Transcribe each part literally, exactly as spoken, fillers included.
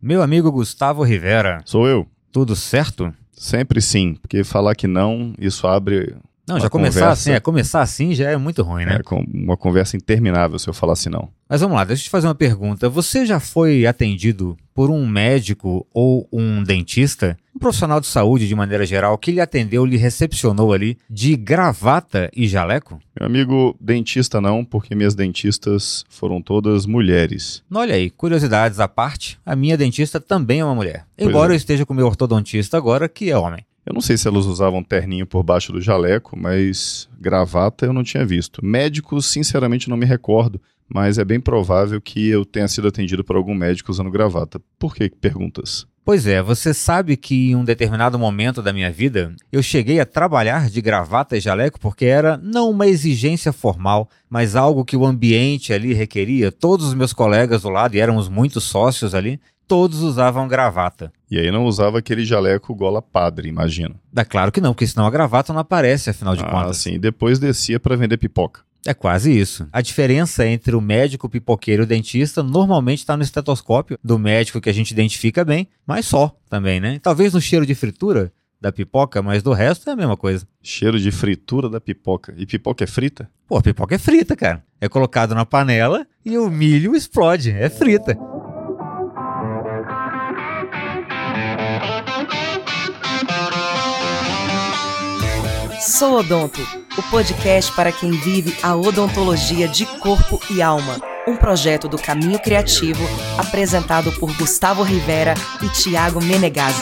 Meu amigo Gustavo Rivera. Sou eu. Tudo certo? Sempre sim, porque falar que não, isso abre... Não, já começar conversa, assim, é, começar assim já é muito ruim, né? É com uma conversa interminável se eu falar assim não. Mas vamos lá, deixa eu te fazer uma pergunta. Você já foi atendido por um médico ou um dentista, um profissional de saúde de maneira geral, que lhe atendeu, lhe recepcionou ali de gravata e jaleco? Meu amigo, dentista não, porque minhas dentistas foram todas mulheres. Olha aí, curiosidades à parte, a minha dentista também é uma mulher. Pois Embora é. eu esteja com o meu ortodontista agora, que é homem. Eu não sei se elas usavam terninho por baixo do jaleco, mas gravata eu não tinha visto. Médico, sinceramente, não me recordo, mas é bem provável que eu tenha sido atendido por algum médico usando gravata. Por que perguntas? Pois é, você sabe que em um determinado momento da minha vida, eu cheguei a trabalhar de gravata e jaleco porque era não uma exigência formal, mas algo que o ambiente ali requeria. Todos os meus colegas do lado, e éramos muitos sócios ali, todos usavam gravata. E aí não usava aquele jaleco gola padre, imagino. É claro que não, porque senão a gravata não aparece, afinal de Ah, contas. sim, depois descia para vender pipoca. É quase isso. A diferença entre o médico, o pipoqueiro e o dentista normalmente está no estetoscópio do médico que a gente identifica bem, mas só também, né? Talvez no cheiro de fritura da pipoca, mas do resto é a mesma coisa. Cheiro de fritura da pipoca. E pipoca é frita? Pô, a pipoca é frita, cara. É colocado na panela e o milho explode. É frita. Sou Odonto, o podcast para quem vive a odontologia de corpo e alma. Um projeto do Caminho Criativo, apresentado por Gustavo Rivera e Thiago Menegazzi.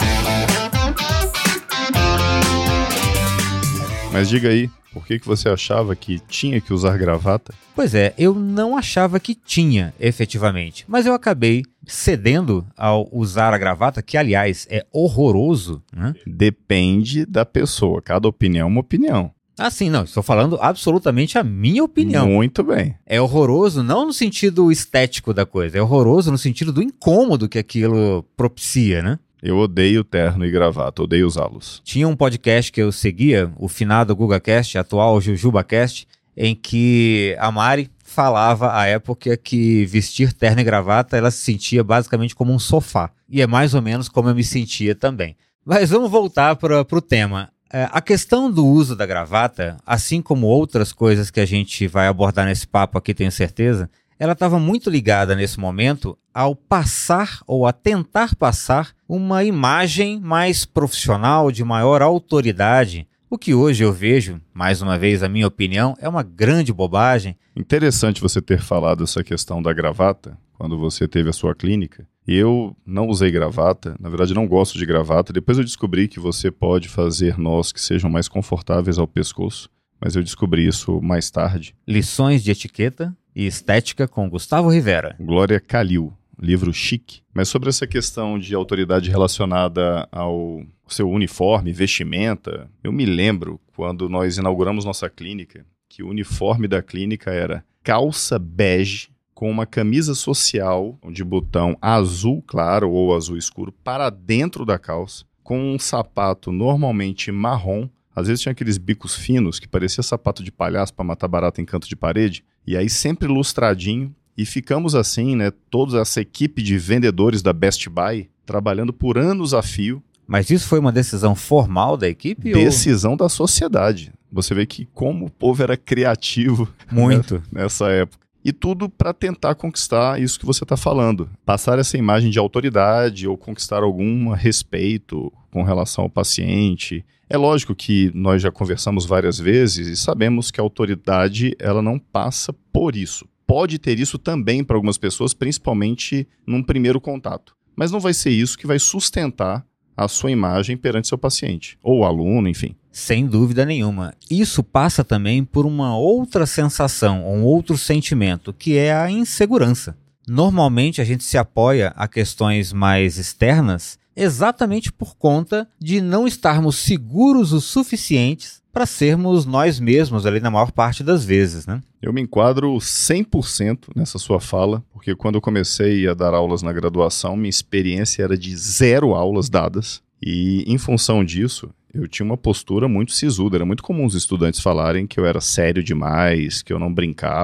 Mas diga aí, por que que você achava que tinha que usar gravata? Pois é, eu não achava que tinha, efetivamente. Mas eu acabei cedendo ao usar a gravata, que, aliás, é horroroso, né? Depende da pessoa. Cada opinião é uma opinião. Ah, sim, não. Estou falando absolutamente a minha opinião. Muito bem. É horroroso não no sentido estético da coisa, é horroroso no sentido do incômodo que aquilo propicia, né? Eu odeio terno e gravata, odeio usá-los. Tinha um podcast que eu seguia, o finado GugaCast, atual JujubaCast, em que a Mari falava à época que vestir terno e gravata ela se sentia basicamente como um sofá. E é mais ou menos como eu me sentia também. Mas vamos voltar para o tema. É, a questão do uso da gravata, assim como outras coisas que a gente vai abordar nesse papo aqui, tenho certeza, ela estava muito ligada nesse momento ao passar ou a tentar passar uma imagem mais profissional, de maior autoridade. O que hoje eu vejo, mais uma vez a minha opinião, é uma grande bobagem. Interessante você ter falado essa questão da gravata, quando você teve a sua clínica. Eu não usei gravata, na verdade não gosto de gravata. Depois eu descobri que você pode fazer nós que sejam mais confortáveis ao pescoço, mas eu descobri isso mais tarde. Lições de etiqueta e estética com Gustavo Rivera. Glória Calil, livro chique. Mas sobre essa questão de autoridade relacionada ao seu uniforme, vestimenta, eu me lembro quando nós inauguramos nossa clínica, que o uniforme da clínica era calça bege com uma camisa social de botão azul claro ou azul escuro para dentro da calça, com um sapato normalmente marrom. Às vezes tinha aqueles bicos finos que parecia sapato de palhaço para matar barata em canto de parede, e aí sempre lustradinho. E ficamos assim, né, toda essa equipe de vendedores da Best Buy, trabalhando por anos a fio. Mas isso foi uma decisão formal da equipe? Decisão ou... da sociedade. Você vê que como o povo era criativo muito né, nessa época. E tudo para tentar conquistar isso que você está falando. Passar essa imagem de autoridade ou conquistar algum respeito com relação ao paciente. É lógico que nós já conversamos várias vezes e sabemos que a autoridade ela não passa por isso. Pode ter isso também para algumas pessoas, principalmente num primeiro contato. Mas não vai ser isso que vai sustentar a sua imagem perante seu paciente, ou aluno, enfim. Sem dúvida nenhuma. Isso passa também por uma outra sensação, um outro sentimento, que é a insegurança. Normalmente a gente se apoia a questões mais externas exatamente por conta de não estarmos seguros o suficientes para sermos nós mesmos ali na maior parte das vezes, né? Eu me enquadro cem por cento nessa sua fala, porque quando eu comecei a dar aulas na graduação, minha experiência era de zero aulas dadas, e em função disso, eu tinha uma postura muito sisuda. Era muito comum os estudantes falarem que eu era sério demais, que eu não brincava,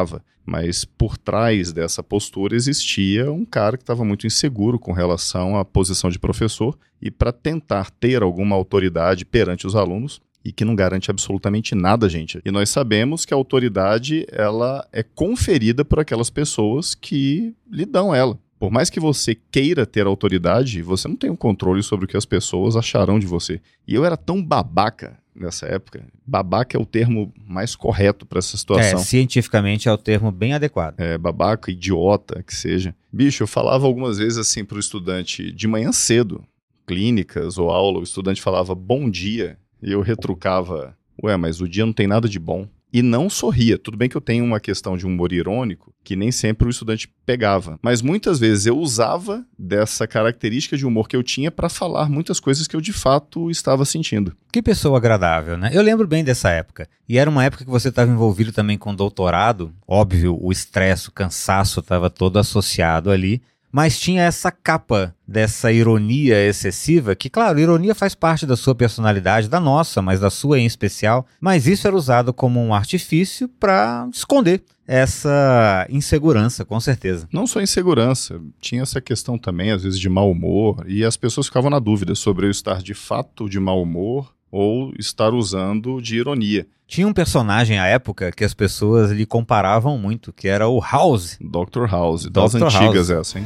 Mas por trás dessa postura existia um cara que estava muito inseguro com relação à posição de professor e para tentar ter alguma autoridade perante os alunos e que não garante absolutamente nada, gente. E nós sabemos que a autoridade ela é conferida por aquelas pessoas que lhe dão ela. Por mais que você queira ter autoridade, você não tem um controle sobre o que as pessoas acharão de você. E eu era tão babaca nessa época. Babaca é o termo mais correto para essa situação. É, cientificamente é o termo bem adequado. É, babaca, idiota, que seja. Bicho, eu falava algumas vezes assim para o estudante de manhã cedo, clínicas ou aula, o estudante falava bom dia e eu retrucava, ué, mas o dia não tem nada de bom. E não sorria. Tudo bem que eu tenho uma questão de humor irônico que nem sempre o estudante pegava. Mas muitas vezes eu usava dessa característica de humor que eu tinha para falar muitas coisas que eu de fato estava sentindo. Que pessoa agradável, né? Eu lembro bem dessa época. E era uma época que você estava envolvido também com doutorado. Óbvio, o estresse, o cansaço estava todo associado ali. Mas tinha essa capa dessa ironia excessiva, que, claro, ironia faz parte da sua personalidade, da nossa, mas da sua em especial. Mas isso era usado como um artifício para esconder essa insegurança, com certeza. Não só insegurança, tinha essa questão também, às vezes, de mau humor, e as pessoas ficavam na dúvida sobre eu estar de fato de mau humor ou estar usando de ironia. Tinha um personagem à época que as pessoas lhe comparavam muito, que era o House. doutor House, das doutor antigas House. essa, hein?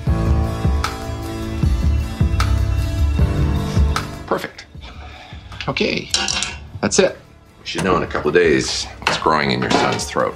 Perfect. Okay, that's it. You should know in a couple of days what's growing in your son's throat.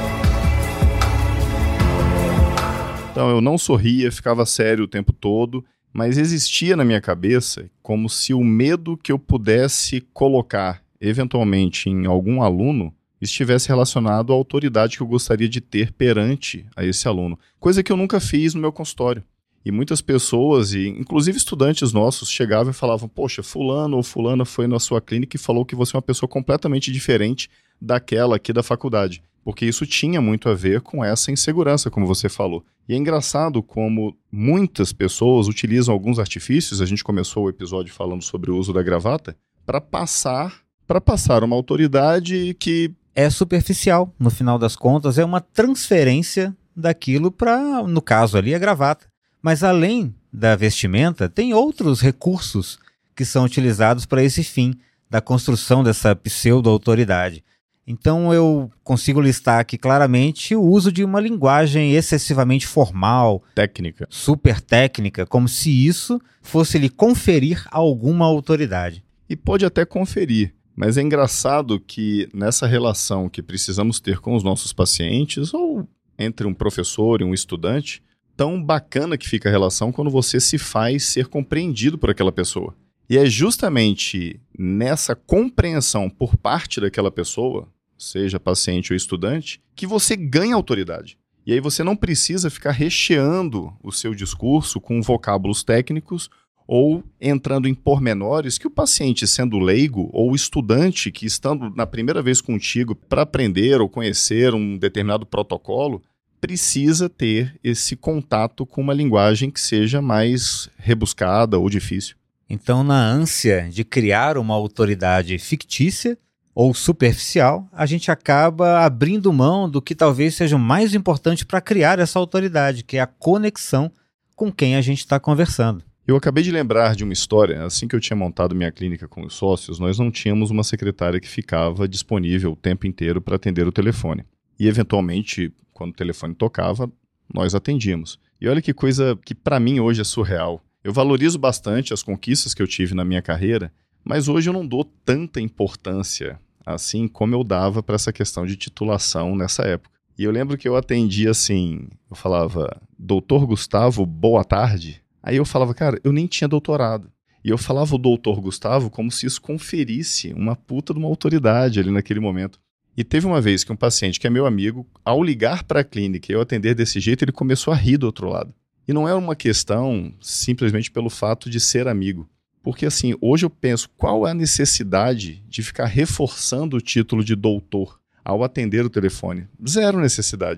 Então eu não sorria, ficava sério o tempo todo, mas existia na minha cabeça como se o medo que eu pudesse colocar eventualmente em algum aluno estivesse relacionado à autoridade que eu gostaria de ter perante a esse aluno. Coisa que eu nunca fiz no meu consultório. E muitas pessoas, e inclusive estudantes nossos, chegavam e falavam, poxa, fulano ou fulana foi na sua clínica e falou que você é uma pessoa completamente diferente daquela aqui da faculdade. Porque isso tinha muito a ver com essa insegurança, como você falou. E é engraçado como muitas pessoas utilizam alguns artifícios, a gente começou o episódio falando sobre o uso da gravata, para passar, para passar uma autoridade que... É superficial, no final das contas, é uma transferência daquilo para, no caso ali, a gravata. Mas além da vestimenta, tem outros recursos que são utilizados para esse fim, da construção dessa pseudo-autoridade. Então eu consigo listar aqui claramente o uso de uma linguagem excessivamente formal, técnica, super técnica, como se isso fosse lhe conferir alguma autoridade. E pode até conferir, mas é engraçado que nessa relação que precisamos ter com os nossos pacientes, ou entre um professor e um estudante, tão bacana que fica a relação quando você se faz ser compreendido por aquela pessoa. E é justamente nessa compreensão por parte daquela pessoa, seja paciente ou estudante, que você ganha autoridade. E aí você não precisa ficar recheando o seu discurso com vocábulos técnicos ou entrando em pormenores que o paciente, sendo leigo, ou o estudante que estando na primeira vez contigo para aprender ou conhecer um determinado protocolo, precisa ter esse contato com uma linguagem que seja mais rebuscada ou difícil. Então, na ânsia de criar uma autoridade fictícia ou superficial, a gente acaba abrindo mão do que talvez seja o mais importante para criar essa autoridade, que é a conexão com quem a gente está conversando. Eu acabei de lembrar de uma história. Assim que eu tinha montado minha clínica com os sócios, nós não tínhamos uma secretária que ficava disponível o tempo inteiro para atender o telefone. E, eventualmente, quando o telefone tocava, nós atendíamos. E olha que coisa que para mim hoje é surreal. Eu valorizo bastante as conquistas que eu tive na minha carreira, mas hoje eu não dou tanta importância assim como eu dava para essa questão de titulação nessa época. E eu lembro que eu atendia assim, eu falava, doutor Gustavo, boa tarde. Aí eu falava, cara, eu nem tinha doutorado. E eu falava o doutor Gustavo como se isso conferisse uma puta de uma autoridade ali naquele momento. E teve uma vez que um paciente que é meu amigo, ao ligar para a clínica e eu atender desse jeito, ele começou a rir do outro lado. E não é uma questão simplesmente pelo fato de ser amigo. Porque assim, hoje eu penso, qual é a necessidade de ficar reforçando o título de doutor ao atender o telefone? Zero necessidade.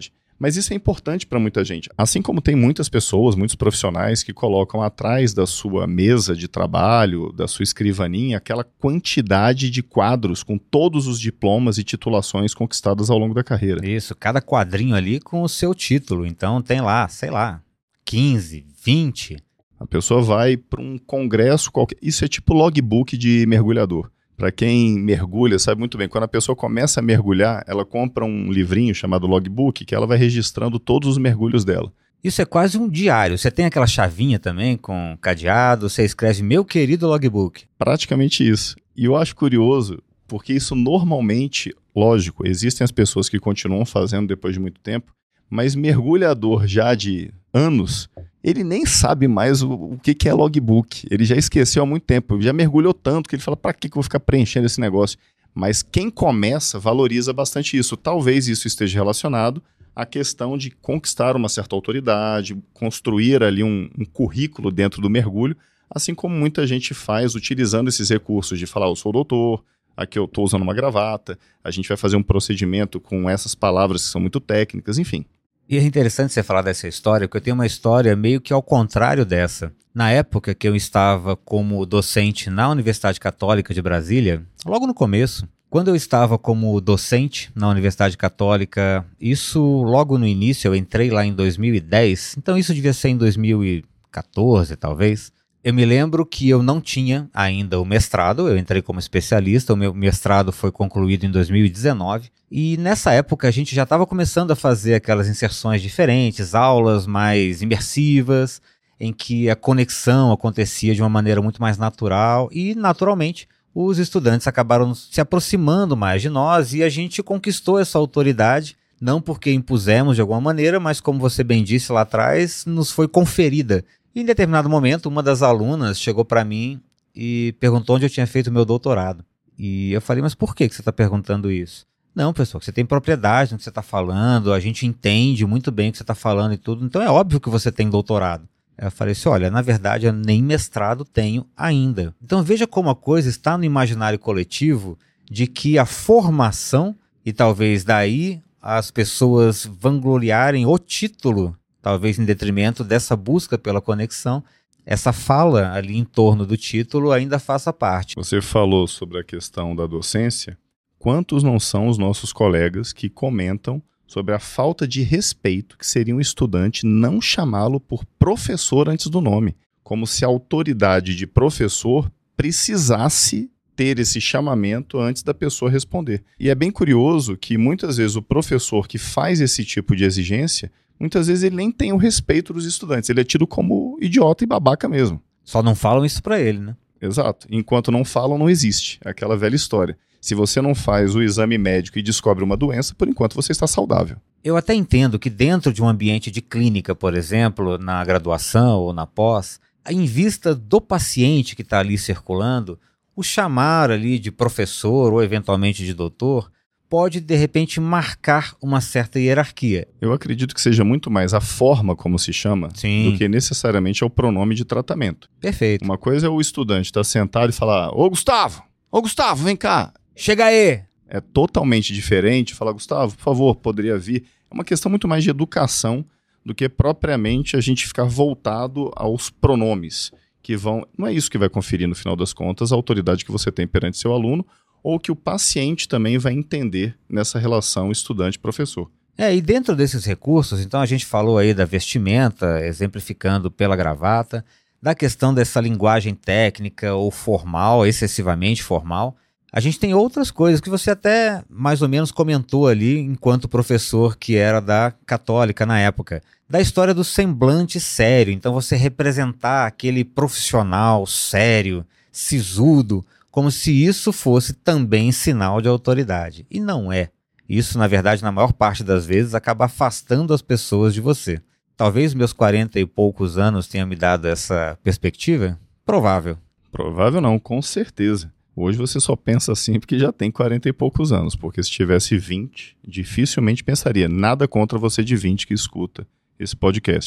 Mas isso é importante para muita gente. Assim como tem muitas pessoas, muitos profissionais que colocam atrás da sua mesa de trabalho, da sua escrivaninha, aquela quantidade de quadros com todos os diplomas e titulações conquistadas ao longo da carreira. Isso, cada quadrinho ali com o seu título. Então tem lá, sei lá, quinze, vinte. A pessoa vai para um congresso qualquer. Isso é tipo logbook de mergulhador. Para quem mergulha, sabe muito bem, quando a pessoa começa a mergulhar, ela compra um livrinho chamado logbook, que ela vai registrando todos os mergulhos dela. Isso é quase um diário. Você tem aquela chavinha também com cadeado, você escreve meu querido logbook. Praticamente isso. E eu acho curioso, porque isso normalmente, lógico, existem as pessoas que continuam fazendo depois de muito tempo, mas mergulhador já de anos, ele nem sabe mais o, o que, que é logbook. Ele já esqueceu há muito tempo, já mergulhou tanto que ele fala, para que, que eu vou ficar preenchendo esse negócio? Mas quem começa valoriza bastante isso. Talvez isso esteja relacionado à questão de conquistar uma certa autoridade, construir ali um, um currículo dentro do mergulho, assim como muita gente faz utilizando esses recursos de falar, eu sou doutor, aqui eu estou usando uma gravata, a gente vai fazer um procedimento com essas palavras que são muito técnicas, enfim. E é interessante você falar dessa história, porque eu tenho uma história meio que ao contrário dessa. Na época que eu estava como docente na Universidade Católica de Brasília, logo no começo, quando eu estava como docente na Universidade Católica, isso logo no início, eu entrei lá em dois mil e dez, então isso devia ser em dois mil e quatorze talvez. Eu me lembro que eu não tinha ainda o mestrado, eu entrei como especialista, o meu mestrado foi concluído em dois mil e dezenove, e nessa época a gente já estava começando a fazer aquelas inserções diferentes, aulas mais imersivas, em que a conexão acontecia de uma maneira muito mais natural, e naturalmente os estudantes acabaram se aproximando mais de nós, e a gente conquistou essa autoridade, não porque impusemos de alguma maneira, mas como você bem disse lá atrás, nos foi conferida. E em determinado momento, uma das alunas chegou para mim e perguntou onde eu tinha feito o meu doutorado. E eu falei, mas por que que você está perguntando isso? Não, pessoal, você tem propriedade no que você está falando, a gente entende muito bem o que você está falando e tudo, então é óbvio que você tem doutorado. Eu falei assim, olha, na verdade eu nem mestrado tenho ainda. Então veja como a coisa está no imaginário coletivo de que a formação, e talvez daí as pessoas vangloriarem o título, talvez em detrimento dessa busca pela conexão, essa fala ali em torno do título ainda faça parte. Você falou sobre a questão da docência. Quantos não são os nossos colegas que comentam sobre a falta de respeito que seria um estudante não chamá-lo por professor antes do nome, como se a autoridade de professor precisasse ter esse chamamento antes da pessoa responder. E é bem curioso que muitas vezes o professor que faz esse tipo de exigência, muitas vezes ele nem tem o respeito dos estudantes, ele é tido como idiota e babaca mesmo. Só não falam isso pra ele, né? Exato. Enquanto não falam, não existe. É aquela velha história. Se você não faz o exame médico e descobre uma doença, por enquanto você está saudável. Eu até entendo que dentro de um ambiente de clínica, por exemplo, na graduação ou na pós, em vista do paciente que está ali circulando, o chamar ali de professor ou eventualmente de doutor pode, de repente, marcar uma certa hierarquia. Eu acredito que seja muito mais a forma como se chama Sim. do que necessariamente é o pronome de tratamento. Perfeito. Uma coisa é o estudante estar sentado e falar, ô Gustavo, ô Gustavo, vem cá. Chega aí! É totalmente diferente falar, Gustavo, por favor, poderia vir. É uma questão muito mais de educação do que propriamente a gente ficar voltado aos pronomes, que vão... Não é isso que vai conferir, no final das contas, a autoridade que você tem perante seu aluno, ou que o paciente também vai entender nessa relação estudante-professor. É, e dentro desses recursos, então a gente falou aí da vestimenta, exemplificando pela gravata, da questão dessa linguagem técnica ou formal, excessivamente formal. A gente tem outras coisas que você até mais ou menos comentou ali enquanto professor que era da Católica na época, da história do semblante sério. Então você representar aquele profissional sério, sisudo, como se isso fosse também sinal de autoridade. E não é. Isso, na verdade, na maior parte das vezes, acaba afastando as pessoas de você. Talvez meus quarenta e poucos anos tenham me dado essa perspectiva? Provável. Provável não, com certeza. Hoje você só pensa assim porque já tem quarenta e poucos anos, porque se tivesse vinte, dificilmente pensaria. Nada contra você de vinte que escuta esse podcast.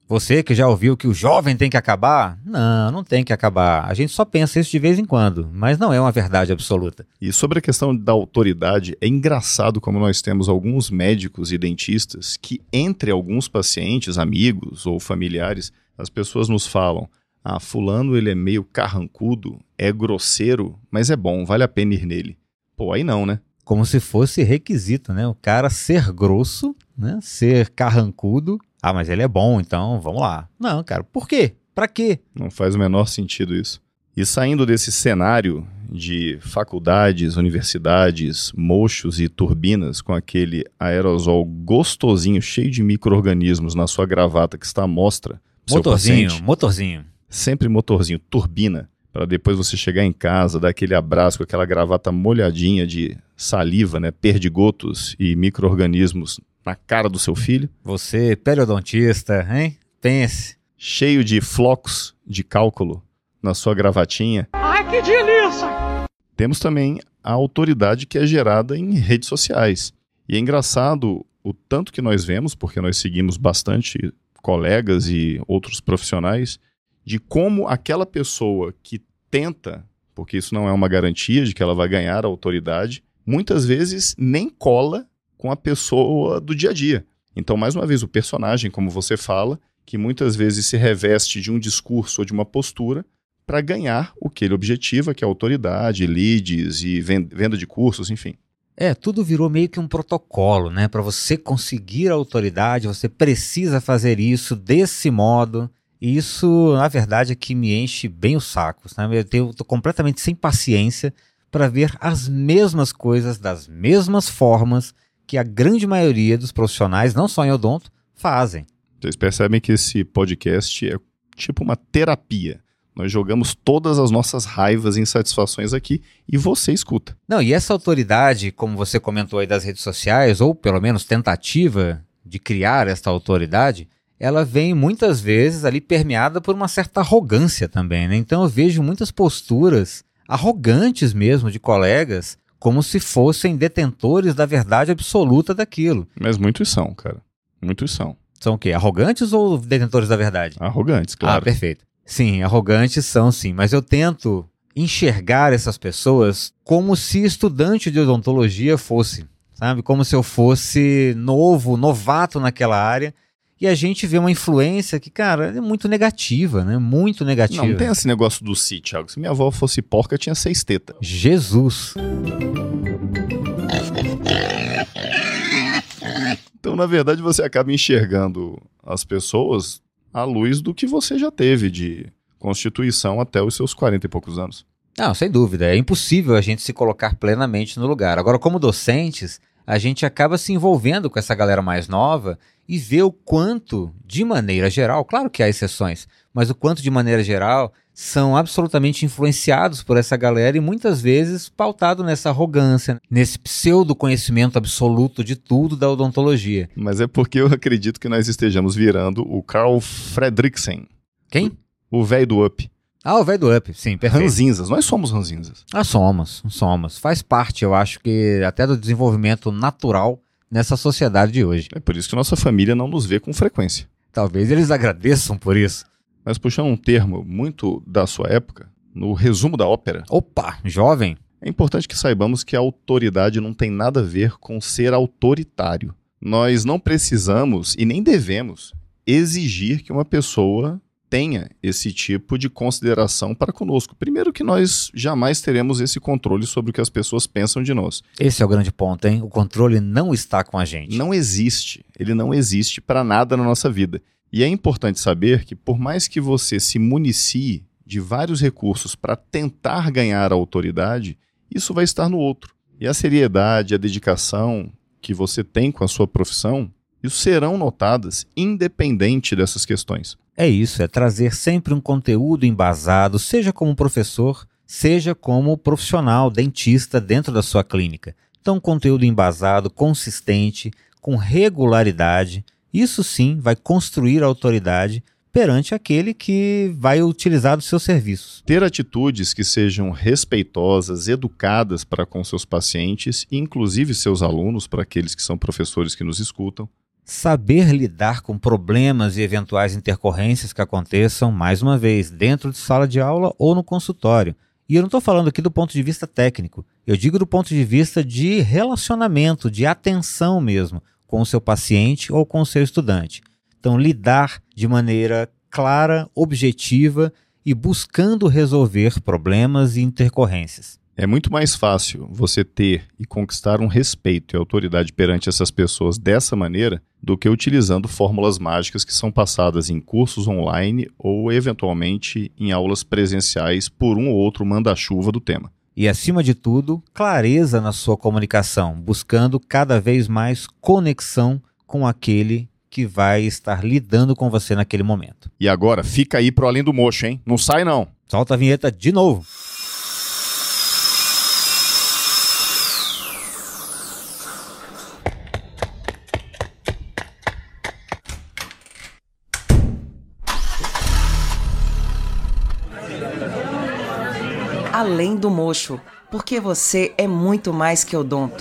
Você que já ouviu que o jovem tem que acabar? Não, não tem que acabar. A gente só pensa isso de vez em quando, mas não é uma verdade absoluta. E sobre a questão da autoridade, é engraçado como nós temos alguns médicos e dentistas que, entre alguns pacientes, amigos ou familiares, as pessoas nos falam: ah, fulano ele é meio carrancudo, é grosseiro, mas é bom, vale a pena ir nele. Pô, aí não, né? Como se fosse requisito, né? O cara ser grosso, né? Ser carrancudo. Ah, mas ele é bom, então vamos lá. Não, cara, por quê? Pra quê? Não faz o menor sentido isso. E saindo desse cenário de faculdades, universidades, mochos e turbinas com aquele aerosol gostosinho, cheio de micro-organismos na sua gravata que está à mostra, Motorzinho, paciente, motorzinho. sempre motorzinho, turbina, para depois você chegar em casa, dar aquele abraço com aquela gravata molhadinha de saliva, né, perdigotos e micro-organismos na cara do seu filho. Você, periodontista, hein? Pense. Cheio de flocos de cálculo na sua gravatinha. Ai, que delícia! Temos também a autoridade que é gerada em redes sociais. E é engraçado o tanto que nós vemos, porque nós seguimos bastante colegas e outros profissionais, de como aquela pessoa que tenta, porque isso não é uma garantia de que ela vai ganhar a autoridade, muitas vezes nem cola com a pessoa do dia a dia. Então, mais uma vez, o personagem, como você fala, que muitas vezes se reveste de um discurso ou de uma postura para ganhar o que ele objetiva, que é autoridade, leads e venda de cursos, enfim. É, tudo virou meio que um protocolo, né? Para você conseguir a autoridade, você precisa fazer isso desse modo. E isso, na verdade, é que me enche bem os sacos, né? Eu estou completamente sem paciência para ver as mesmas coisas das mesmas formas que a grande maioria dos profissionais, não só em odonto, fazem. Vocês percebem que esse podcast é tipo uma terapia. Nós jogamos todas as nossas raivas e insatisfações aqui e você escuta. Não, e essa autoridade, como você comentou aí das redes sociais, ou pelo menos tentativa de criar essa autoridade, ela vem muitas vezes ali permeada por uma certa arrogância também, né? Então eu vejo muitas posturas arrogantes mesmo de colegas, como se fossem detentores da verdade absoluta daquilo. Mas muitos são, cara. Muitos são. São o quê? Arrogantes ou detentores da verdade? Arrogantes, claro. Ah, perfeito. Sim, arrogantes são sim, mas eu tento enxergar essas pessoas como se estudante de odontologia fosse, sabe? Como se eu fosse novo, novato naquela área. E a gente vê uma influência que, cara, é muito negativa, né? Muito negativa. Não, não tem esse negócio do si, Thiago. Se minha avó fosse porca, tinha seis tetas. Jesus! Então, na verdade, você acaba enxergando as pessoas à luz do que você já teve de constituição até os seus quarenta e poucos anos. Não, sem dúvida. É impossível a gente se colocar plenamente no lugar. Agora, como docentes, a gente acaba se envolvendo com essa galera mais nova e vê o quanto, de maneira geral, claro que há exceções, mas o quanto, de maneira geral, são absolutamente influenciados por essa galera e muitas vezes pautado nessa arrogância, nesse pseudo-conhecimento absoluto de tudo da odontologia. Mas é porque eu acredito que nós estejamos virando o Carl Fredricksen. Quem? O velho do Up. Ah, o velho do Up, sim, perfeito. Ranzinzas, nós somos ranzinzas. Ah, somos, somos. Faz parte, eu acho que até do desenvolvimento natural nessa sociedade de hoje. É por isso que nossa família não nos vê com frequência. Talvez eles agradeçam por isso. Mas puxando um termo muito da sua época, no resumo da ópera... Opa, jovem! É importante que saibamos que a autoridade não tem nada a ver com ser autoritário. Nós não precisamos e nem devemos exigir que uma pessoa tenha esse tipo de consideração para conosco. Primeiro que nós jamais teremos esse controle sobre o que as pessoas pensam de nós. Esse é o grande ponto, hein? O controle não está com a gente. Não existe. Ele não existe para nada na nossa vida. E é importante saber que por mais que você se municie de vários recursos para tentar ganhar a autoridade, isso vai estar no outro. E a seriedade, a dedicação que você tem com a sua profissão, isso serão notadas independente dessas questões. É isso, é trazer sempre um conteúdo embasado, seja como professor, seja como profissional, dentista dentro da sua clínica. Então, conteúdo embasado, consistente, com regularidade, isso sim vai construir a autoridade perante aquele que vai utilizar os seus serviços. Ter atitudes que sejam respeitosas, educadas para com seus pacientes, inclusive seus alunos, para aqueles que são professores que nos escutam. saber lidar com problemas e eventuais intercorrências que aconteçam, mais uma vez, dentro de sala de aula ou no consultório. E eu não estou falando aqui do ponto de vista técnico, eu digo do ponto de vista de relacionamento, de atenção mesmo, com o seu paciente ou com o seu estudante. Então, lidar de maneira clara, objetiva e buscando resolver problemas e intercorrências. É muito mais fácil você ter e conquistar um respeito e autoridade perante essas pessoas dessa maneira do que utilizando fórmulas mágicas que são passadas em cursos online ou, eventualmente, em aulas presenciais por um ou outro manda-chuva do tema. E, acima de tudo, clareza na sua comunicação, buscando cada vez mais conexão com aquele que vai estar lidando com você naquele momento. E agora, fica aí pro Além do Mocho, hein? Não sai não! Solta a vinheta de novo! Além do Mocho, porque você é muito mais que odonto.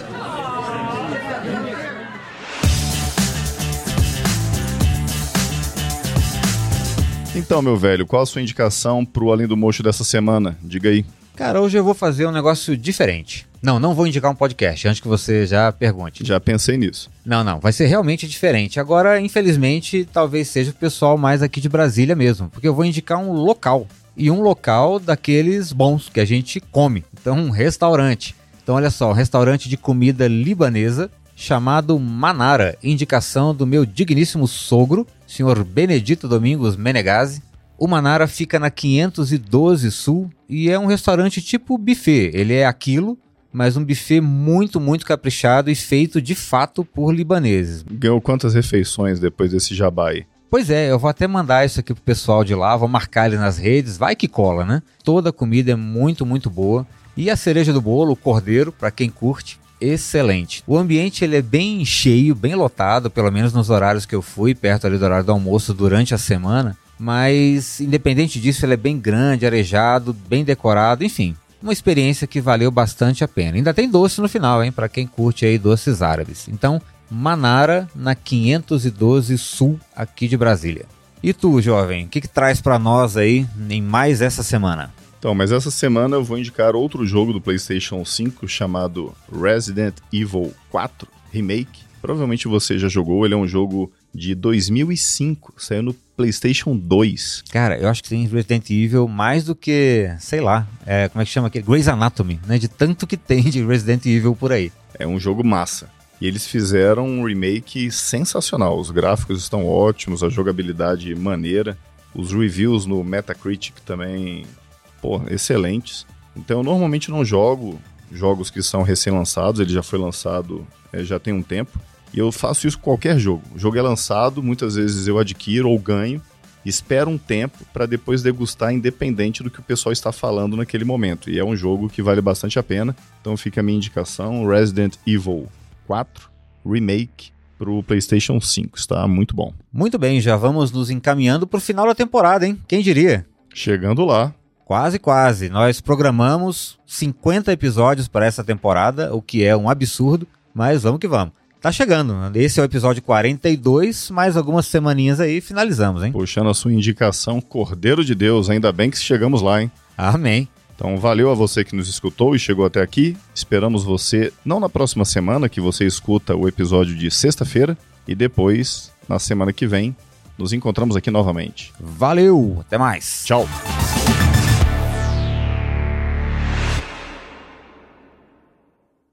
Então, meu velho, qual a sua indicação pro Além do Mocho dessa semana? Diga aí. Cara, hoje eu vou fazer um negócio diferente. Não, não vou indicar um podcast, antes que você já pergunte. Já pensei nisso. Não, não, vai ser realmente diferente. Agora, infelizmente, talvez seja o pessoal mais aqui de Brasília mesmo, porque eu vou indicar um local. E um local daqueles bons que a gente come. Então, um restaurante. Então, olha só, um restaurante de comida libanesa chamado Manara, indicação do meu digníssimo sogro, senhor Benedito Domingos Menegazzi. O Manara fica na quinhentos e doze Sul e é um restaurante tipo buffet. Ele é aquilo, mas um buffet muito, muito caprichado e feito de fato por libaneses. Ganhou quantas refeições depois desse jabá aí? Pois é, eu vou até mandar isso aqui pro pessoal de lá, vou marcar ele nas redes, vai que cola, né? Toda a comida é muito, muito boa. E a cereja do bolo, o cordeiro, para quem curte, excelente. O ambiente ele é bem cheio, bem lotado, pelo menos nos horários que eu fui, perto ali do horário do almoço durante a semana. Mas, independente disso, ele é bem grande, arejado, bem decorado, enfim. Uma experiência que valeu bastante a pena. Ainda tem doce no final, hein? Para quem curte aí doces árabes. Então, Manara, na quinhentos e doze Sul, aqui de Brasília. E tu, jovem, o que, que traz para nós aí em mais essa semana? Então, mas essa semana eu vou indicar outro jogo do PlayStation cinco chamado Resident Evil quatro Remake. Provavelmente você já jogou, ele é um jogo de dois mil e cinco, saiu no PlayStation dois. Cara, eu acho que tem Resident Evil mais do que, sei lá, é, como é que chama aquele? Grey's Anatomy, né? De tanto que tem de Resident Evil por aí. É um jogo massa. E eles fizeram um remake sensacional. Os gráficos estão ótimos, a jogabilidade maneira. Os reviews no Metacritic também, pô, excelentes. Então eu normalmente não jogo jogos que são recém-lançados, ele já foi lançado é, já tem um tempo. E eu faço isso com qualquer jogo. O jogo é lançado, muitas vezes eu adquiro ou ganho, espero um tempo para depois degustar independente do que o pessoal está falando naquele momento. E é um jogo que vale bastante a pena. Então fica a minha indicação, Resident Evil quatro Remake pro PlayStation cinco. Está muito bom. Muito bem, já vamos nos encaminhando pro final da temporada, hein? Quem diria? Chegando lá. Quase, quase. Nós programamos cinquenta episódios para essa temporada, o que é um absurdo, mas vamos que vamos. Tá chegando. Esse é o episódio quarenta e dois, mais algumas semaninhas aí finalizamos, hein? Puxando a sua indicação, Cordeiro de Deus, ainda bem que chegamos lá, hein? Amém. Então valeu a você que nos escutou e chegou até aqui. Esperamos você não na próxima semana, que você escuta o episódio de sexta-feira, e depois, na semana que vem, nos encontramos aqui novamente. Valeu, até mais. Tchau.